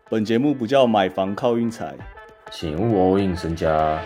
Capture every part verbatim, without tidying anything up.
本节目不叫买房靠运财， 请勿 all in 身家。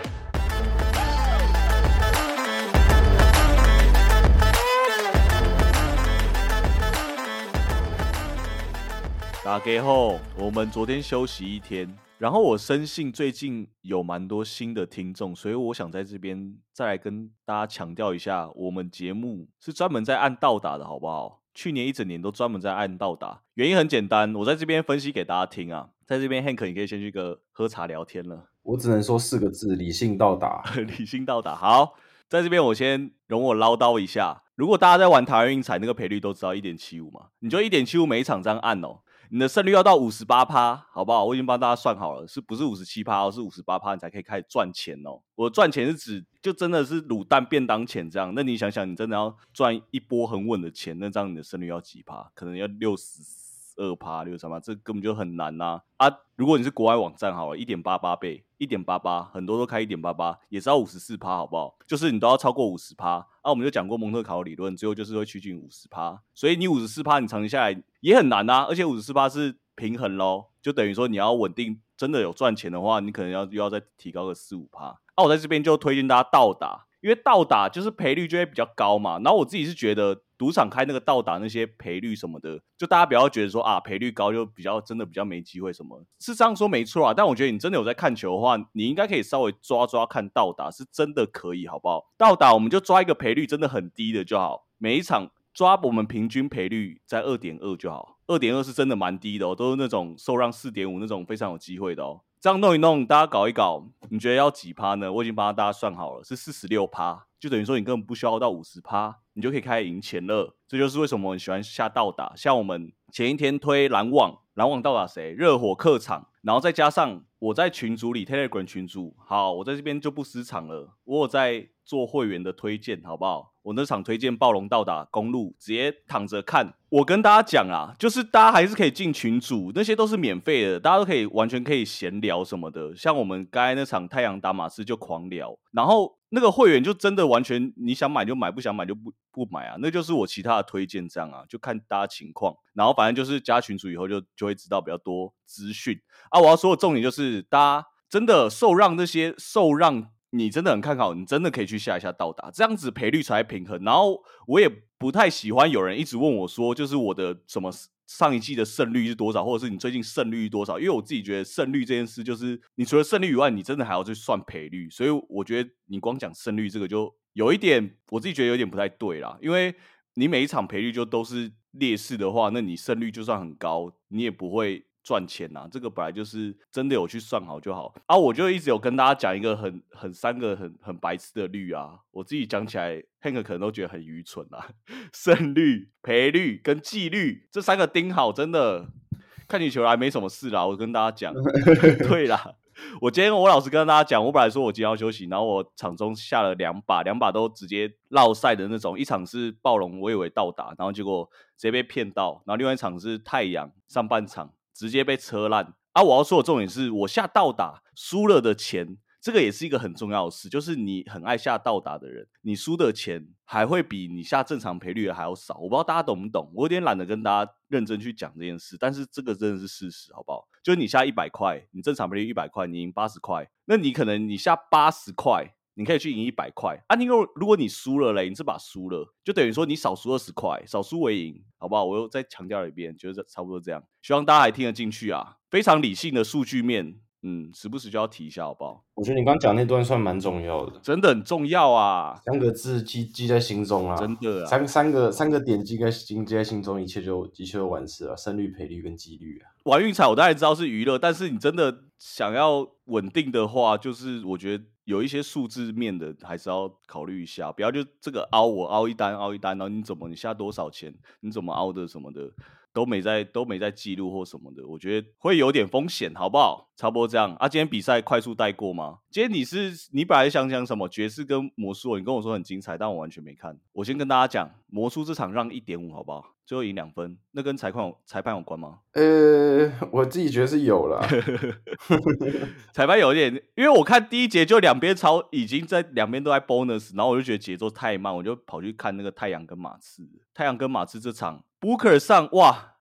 大家好，我们昨天休息一天，然后我深信最近有蛮多新的听众，所以我想在这边再来跟大家强调一下，我们节目是专门在按倒打的，好不好？去年一整年都专门在按倒打，原因很简单，我在这边分析给大家听啊。在这边 Hank 你可以先去个喝茶聊天了。 我只能说四个字：理性到达。 理性到达。好，在这边我先容我唠叨一下，如果大家在玩台湾运彩那个赔率都知道 一点七五 嘛，你就 一点七五 每一场这样按哦，你的胜率要到 百分之五十八， 好不好？我已经帮大家算好了，是不是 百分之五十七 哦，是 百分之五十八 你才可以开始赚钱哦。我赚钱是指就真的是卤蛋便当钱这样，那你想想你真的要赚一波很稳的钱，那这样你的胜率要几趴？可能要六十二趴、六十三趴，这根本就很难呐、啊！啊，如果你是国外网站好了 ，一点八八 倍 ，一点八八，很多都开 一点八八， 也是要 百分之五十四， 好不好？就是你都要超过 百分之五十。啊，我们就讲过蒙特卡罗理论，最后就是会趋近 百分之五十， 所以你 百分之五十四 你长期下来也很难啊，而且 百分之五十四 是平衡咯，就等于说你要稳定真的有赚钱的话，你可能要又要再提高个 百分之四五。啊，我在这边就推荐大家倒打，因为倒打就是赔率就会比较高嘛。然后我自己是觉得赌场开那个倒打那些赔率什么的，就大家不要觉得说啊赔率高就比较真的比较没机会什么，是这样说没错啊。但我觉得你真的有在看球的话，你应该可以稍微抓抓看倒打，是真的可以，好不好？倒打我们就抓一个赔率真的很低的就好，每一场抓我们平均赔率在 二点二 就好， 二点二 是真的蛮低的哦，都是那种受让 四点五 那种非常有机会的哦。这样弄一弄，大家搞一搞，你觉得要几趴呢？我已经帮大家算好了，是 百分之四十六， 就等于说你根本不需要到 百分之五十， 你就可以开始赢钱了。这就是为什么我很喜欢下倒打，像我们前一天推篮网，篮网倒打谁？热火客场，然后再加上我在群组里 Telegram 群组，好，我在这边就不私藏了，我有在做会员的推荐，好不好？我那场推荐暴龙倒打公路，直接躺着看。我跟大家讲啊，就是大家还是可以进群组，那些都是免费的，大家都可以完全可以闲聊什么的。像我们刚才那场太阳打马刺就狂聊，然后那个会员就真的完全你想买就买，不想买就不不买啊。那就是我其他的推荐这样啊，就看大家情况。然后反正就是加群组以后就就会知道比较多资讯啊。我要说的重点就是大家真的受让那些受让。你真的很看好，你真的可以去下一下倒打，这样子赔率才平衡。然后我也不太喜欢有人一直问我说，就是我的什么上一季的胜率是多少，或者是你最近胜率是多少？因为我自己觉得胜率这件事，就是你除了胜率以外，你真的还要去算赔率。所以我觉得你光讲胜率这个就有一点，我自己觉得有点不太对啦。因为你每一场赔率就都是劣势的话，那你胜率就算很高，你也不会赚钱呐、啊，这个本来就是真的有去算好就好啊。我就一直有跟大家讲一个很很三个很很白痴的率啊，我自己讲起来 Hank 可能都觉得很愚蠢啊。胜率、赔率跟纪律这三个盯好，真的看起球来没什么事啦。我跟大家讲，对啦。我今天我老实跟大家讲，我本来说我今天要休息，然后我场中下了两把，两把都直接落赛的那种。一场是暴龙，我以为倒打，然后结果直接被骗到。然后另外一场是太阳，上半场直接被车烂啊！我要说的重点是我下倒打输了的钱，这个也是一个很重要的事，就是你很爱下倒打的人，你输的钱还会比你下正常赔率的还要少。我不知道大家懂不懂，我有点懒得跟大家认真去讲这件事，但是这个真的是事实，好不好？就是你下一百块，你正常赔率一百块，你赢八十块，那你可能你下八十块，你可以去赢一百块啊。因为如果你输了嘞，你这把输了，就等于说你少输二十块，少输为赢，好不好？我又再强调一遍，就是差不多这样，希望大家还听得进去啊。非常理性的数据面，嗯，时不时就要提一下，好不好？ 我觉得你刚讲那段算蛮重要的， 真的很重要啊， 三个字记记在心中啊， 真的啊， 三三个三个点记在心记在心中，一切就一切就完事了。胜率、赔率跟几率啊。 玩运彩我当然知道是娱乐，但是你真的想要稳定的话，就是我觉得有一些数字面的还是要考虑一下，不要就这个凹我凹一单凹一单，然后你怎么你下多少钱，你怎么凹的什么的。都没在都没在记录或什么的，我觉得会有点风险，好不好？差不多这样啊。今天比赛快速带过吗？今天你是你本来想讲什么爵士跟魔术，你跟我说很精彩，但我完全没看。我先跟大家讲，魔术这场让 一点五 好不好？最后赢两分，那跟裁判裁判有关吗？ 呃，我自己觉得是有啦。 裁判有点，因为我看第一节就两边超已经在两边都在 bonus， 然后我就觉得节奏太慢，我就跑去看那个太阳跟马刺。太阳跟马刺这场 Booker 上哇，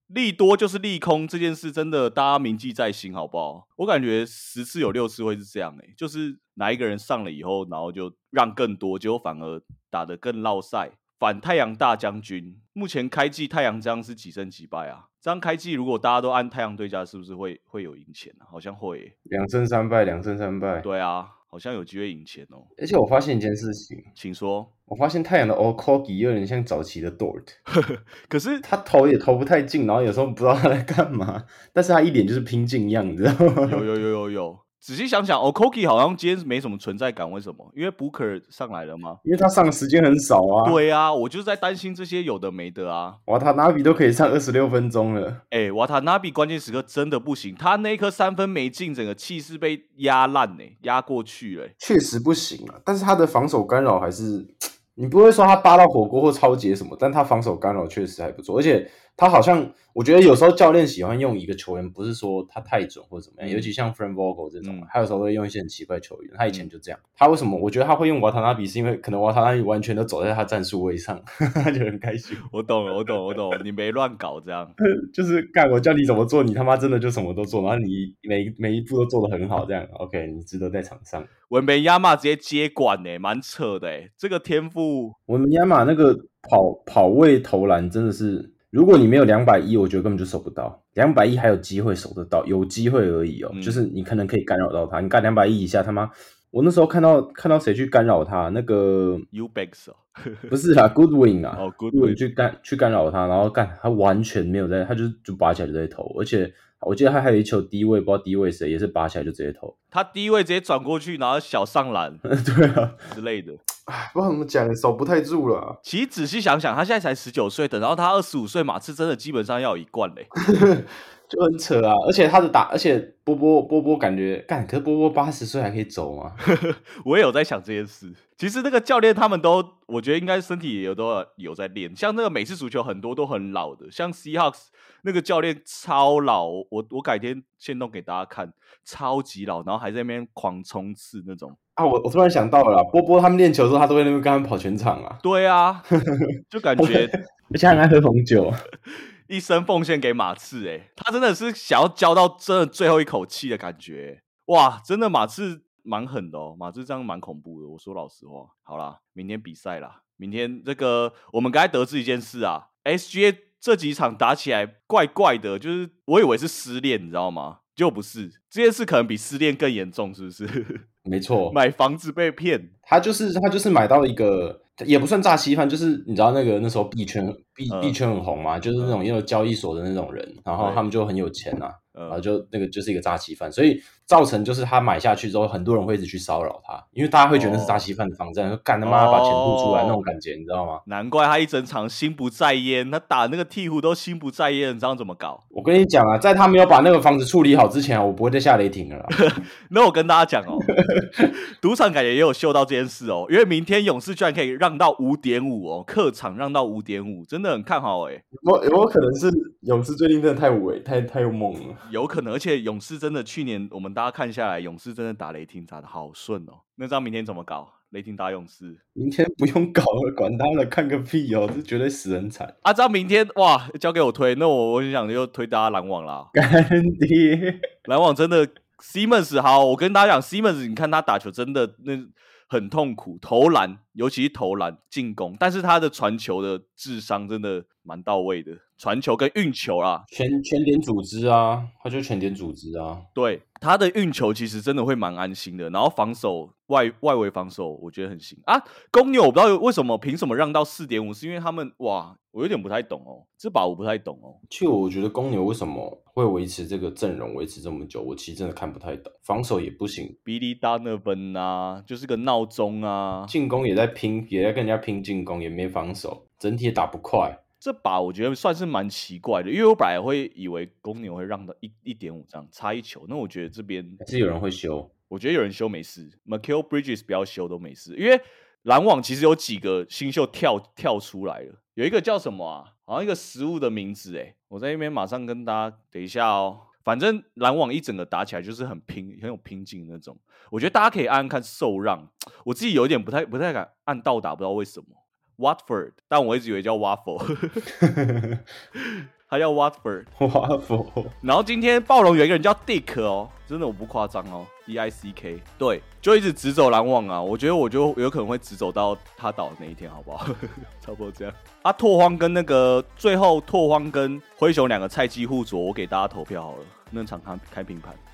利多就是利空这件事，真的大家铭记在心，好不好？我感觉十次有六次会是这样、欸，就是哪一个人上了以后，然后就让更多，结果反而打得更落赛。反太阳大将军，目前开季太阳这样是几胜几败啊？这样开季如果大家都按太阳对家，是不是会会有赢钱啊？好像会、欸， 两胜三败，两胜三败。 对啊，好像有机会赢钱哦。 而且我发现一件事情， 请说。 我发现太阳的 Okogie 有点像早期的 Dort， 可是他投也投不太进，然后有时候不知道他在干嘛，但是他一脸就是拼劲样，你知道吗？ 有有有有有。仔细想想 ，Okogie 好像今天没什么存在感，为什么？因为 Booker 上来了吗？ 因为他上的时间很少啊。 对啊，我就是在担心这些有的没的啊。 哇，他纳比都可以上二十六分钟了。 哎、欸，瓦塔纳比关键时刻真的不行，他那一颗三分没进，整个气势被压烂呢，压过去了、欸。 确实不行啊，但是他的防守干扰还是，你不会说他扒到火锅或超节什么，但他防守干扰确实还不错，而且他好像，我觉得有时候教练喜欢用一个球员，不是说他太准或者怎么样，嗯、尤其像 Frank Vogel 这种，嗯、他有时候会用一些很奇怪的球员，他以前就这样。嗯、他为什么？我觉得他会用瓦塔纳比，是因为可能瓦塔纳比完全都走在他战术位上，他就很开心。 我懂了，我懂，我懂，你没乱搞这样， 就是干我叫你怎么做，你他妈真的就什么都做，然后你每每一步都做得很好，这样 OK， 你值得在场上。 文本亚马直接接管呢，蛮扯的哎，这个天赋。 文本亚马那个跑跑位投篮真的是。如果你没有两百一，我觉得根本就守不到。两百一还有机会守得到，有机会而已哦。嗯、就是你可能可以干扰到他。你干两百一以下，他妈，我那时候看到看到谁去干扰他，那个 Eubanks 哦， 不是啦 ，Goodwin 啊， 哦 Goodwin 去干去干扰他，然后干他完全没有在，他就就拔起来就在投，而且我记得他还有一球低位，不知道低位谁也是拔起来就直接投。 他低位直接转过去，然后小上篮， 对啊之类的。 不知道怎么讲，守不太住了、啊。 其实仔细想想，他现在才十九岁，等到他二十五岁，马刺真的基本上要有一冠嘞， 就很扯啊！而且他的打，而且波波波波感觉干，可是波波八十岁还可以走吗？ 我也有在想这件事。其实那个教练他们都，我觉得应该身体也有都有在练。像那个美式足球很多都很老的，像 Seahawks 那个教练超老，我我改天现弄给大家看，超级老，然后还在那边狂冲刺那种。 啊，我我突然想到了啦，波波他们练球的时候，他都会那边跟他们跑全场啊。 对啊，就感觉， 而且还爱喝红酒， 一生奉献给马刺、欸，他真的是想要教到真的最后一口气的感觉、欸，哇，真的马刺蛮狠的哦，马刺这样蛮恐怖的。我说老实话，好啦，明天比赛啦，明天这个我们刚才得知一件事啊 ，S G A 这几场打起来怪怪的，就是我以为是失恋，你知道吗？结果不是，这件事可能比失恋更严重，是不是？ 没错， 买房子被骗， 他就是他就是买到一个也不算诈欺犯，就是你知道那个那时候币圈币币圈很红嘛，就是那种也有交易所的那种人，然后他们就很有钱啊，然后就那个就是一个诈欺犯，所以造成就是他买下去之后，很多人会一直去骚扰他，因为大家会觉得那是诈欺犯的房站，说干他妈把钱吐出来那种感觉，你知道吗？ 难怪他一整场心不在焉，他打那个鹈鹕都心不在焉，你知道怎么搞？ 我跟你讲啊，在他没有把那个房子处理好之前啊，我不会再下雷霆了啦。 那我跟大家讲哦，赌场感觉也有嗅到这件事哦，因为明天勇士居然可以让到五点五哦，客场让到五点五，真的很看好哎。 有有没有可能是勇士最近真的太伟太太猛了？ 有可能，而且勇士真的去年我们大家看下来，勇士真的打雷霆打得好顺哦。那知道明天怎么搞？雷霆打勇士， 明天不用搞了，管他了，看个屁哦，这绝对死人惨啊！知道明天哇，交给我推，那我我就想就推大家篮网啦。 干爹， 篮网真的 Simmons 好，我跟大家讲 Simmons， 你看他打球真的那很痛苦，投篮尤其是投篮进攻，但是他的传球的智商真的蛮到位的，传球跟运球啦， 全全点组织啊，他就全点组织啊。 对，他的运球其实真的会蛮安心的，然后防守外外围防守我觉得很行啊。公牛我不知道为什么凭什么让到 四点五， 是因为他们哇，我有点不太懂哦，这把我不太懂哦。 其实我觉得公牛为什么会维持这个阵容维持这么久，我其实真的看不太懂。防守也不行 ，Billy Donovan 啊，就是个闹钟啊， 进攻也在拼，也在跟人家拼进攻，也没防守，整体也打不快。 这把我觉得算是蛮奇怪的，因为我本来会以为公牛会让到一一点五这样差一球，那我觉得这边还是有人会修， 我觉得有人修没事 ，Mikal Bridges 不要修都没事，因为篮网其实有几个新秀跳跳出来了，有一个叫什么啊？好像一个食物的名字哎，我在那边马上跟大家等一下哦。反正篮网一整个打起来就是很拼，很有拼劲的那种。我觉得大家可以按按看受让，我自己有点不太不太敢按倒打，不知道为什么。Watford， 但我一直以为叫 Waffle 。 他叫 Watford， Watford。 然后今天暴龙有一个人叫 Dick 哦，真的我不夸张哦 ，D I C K， 对，就一直直走篮网啊，我觉得我就有可能会直走到他倒的那一天，好不好？差不多这样。啊，拓荒跟那个最后拓荒跟灰熊两个菜鸡互啄，我给大家投票好了，那场看开平盘。